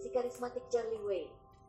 si karismatik Charlie Wayne.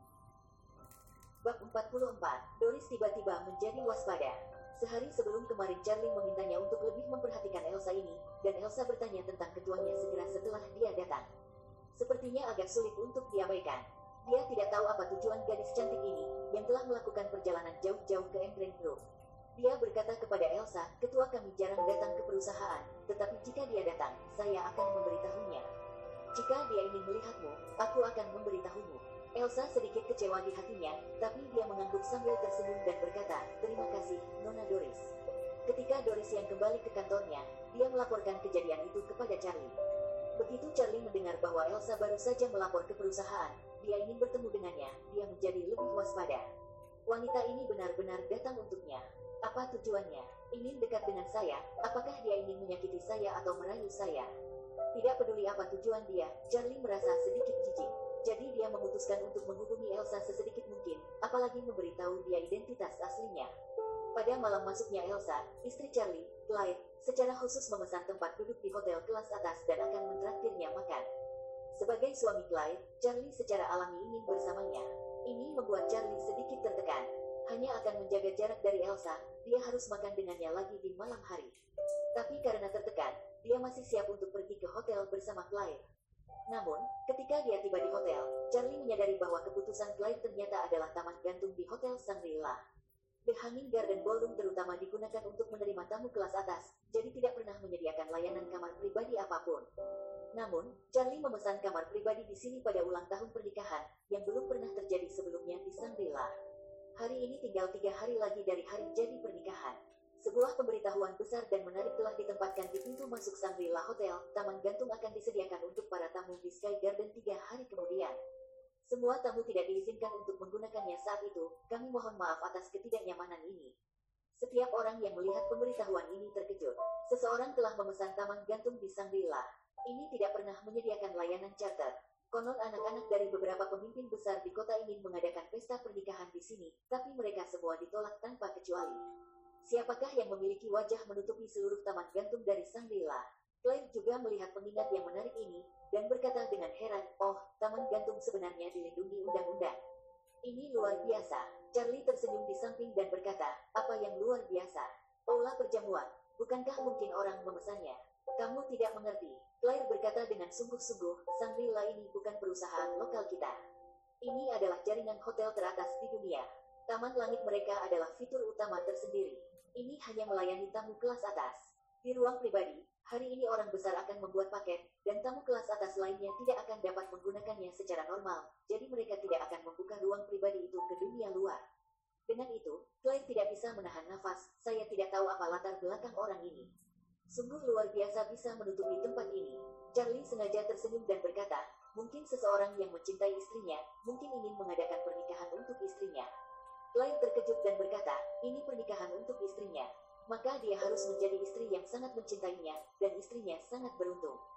Bab 44, Doris tiba-tiba menjadi waspada. Sehari sebelum kemarin Charlie memintanya untuk lebih memperhatikan Elsa ini, dan Elsa bertanya tentang ketuanya segera setelah dia datang. Sepertinya agak sulit untuk diabaikan. Dia tidak tahu apa tujuan gadis cantik ini, yang telah melakukan perjalanan jauh-jauh ke Emgreen Grove. Dia berkata kepada Elsa, ketua kami jarang datang ke perusahaan, tetapi jika dia datang, saya akan memberitahunya. Jika dia ingin melihatmu, aku akan memberitahumu. Elsa sedikit kecewa di hatinya, tapi dia mengangguk sambil tersenyum dan berkata, terima kasih, Nona Doris. Ketika Doris yang kembali ke kantornya, dia melaporkan kejadian itu kepada Charlie. Begitu Charlie mendengar bahwa Elsa baru saja melapor ke perusahaan, dia ingin bertemu dengannya, dia menjadi lebih waspada. Wanita ini benar-benar datang untuknya. Apa tujuannya? Ingin dekat dengan saya? Apakah dia ingin menyakiti saya atau merayu saya? Tidak peduli apa tujuan dia, Charlie merasa sedikit jijik. Jadi dia memutuskan untuk menghubungi Elsa sesedikit mungkin, apalagi memberitahu dia identitas aslinya. Pada malam masuknya Elsa, istri Charlie, Clyde, secara khusus memesan tempat duduk di hotel kelas atas dan akan mentraktirnya makan. Sebagai suami Clyde, Charlie secara alami ingin bersamanya. Ini membuat Charlie sedikit tertekan. Hanya akan menjaga jarak dari Elsa, dia harus makan dengannya lagi di malam hari. Tapi karena tertekan, dia masih siap untuk pergi ke hotel bersama Clyde. Namun, ketika dia tiba di hotel, Charlie menyadari bahwa keputusan Clyde ternyata adalah taman gantung di Hotel Shangri-La. The Hanging Garden Ballroom terutama digunakan untuk menerima tamu kelas atas, jadi tidak pernah menyediakan layanan kamar pribadi apapun. Namun, Charlie memesan kamar pribadi di sini pada ulang tahun pernikahan, yang belum pernah terjadi sebelumnya di Shangri-La. Hari ini tinggal 3 hari lagi dari hari jadi pernikahan. Sebuah pemberitahuan besar dan menarik telah ditempatkan di pintu masuk Shangri-La Hotel. Taman gantung akan disediakan untuk para tamu di Sky Garden 3 hari kemudian. Semua tamu tidak diizinkan untuk menggunakannya saat itu. Kami mohon maaf atas ketidaknyamanan ini. Setiap orang yang melihat pemberitahuan ini terkejut. Seseorang telah memesan taman gantung di Shangri-La. Ini tidak pernah menyediakan layanan charter. Konon anak-anak dari beberapa pemimpin besar di kota ingin mengadakan pesta pernikahan di sini, tapi mereka semua ditolak tanpa kecuali. Siapakah yang memiliki wajah menutupi seluruh taman gantung dari Shangri-La? Clyde juga melihat pengingat yang menarik ini, dan berkata dengan heran, oh, taman gantung sebenarnya dilindungi undang-undang. Ini luar biasa. Charlie tersenyum di samping dan berkata, apa yang luar biasa? Aula perjamuan, bukankah mungkin orang memesannya? Kamu tidak mengerti. Clyde berkata dengan sungguh-sungguh, Shangri-La ini bukan perusahaan lokal kita. Ini adalah jaringan hotel teratas di dunia. Taman langit mereka adalah fitur utama tersendiri. Ini hanya melayani tamu kelas atas. Di ruang pribadi, hari ini orang besar akan membuat paket, dan tamu kelas atas lainnya tidak akan dapat menggunakannya secara normal, jadi mereka tidak akan membuka ruang pribadi itu ke dunia luar. Dengan itu, Clyde tidak bisa menahan nafas, saya tidak tahu apa latar belakang orang ini. Sungguh luar biasa bisa menutupi tempat ini. Charlie sengaja tersenyum dan berkata, mungkin seseorang yang mencintai istrinya, mungkin ingin mengadakan pernikahan untuk istrinya. Clyde terkejut dan berkata, ini pernikahan untuk istrinya. Maka dia harus menjadi istri yang sangat mencintainya, dan istrinya sangat beruntung.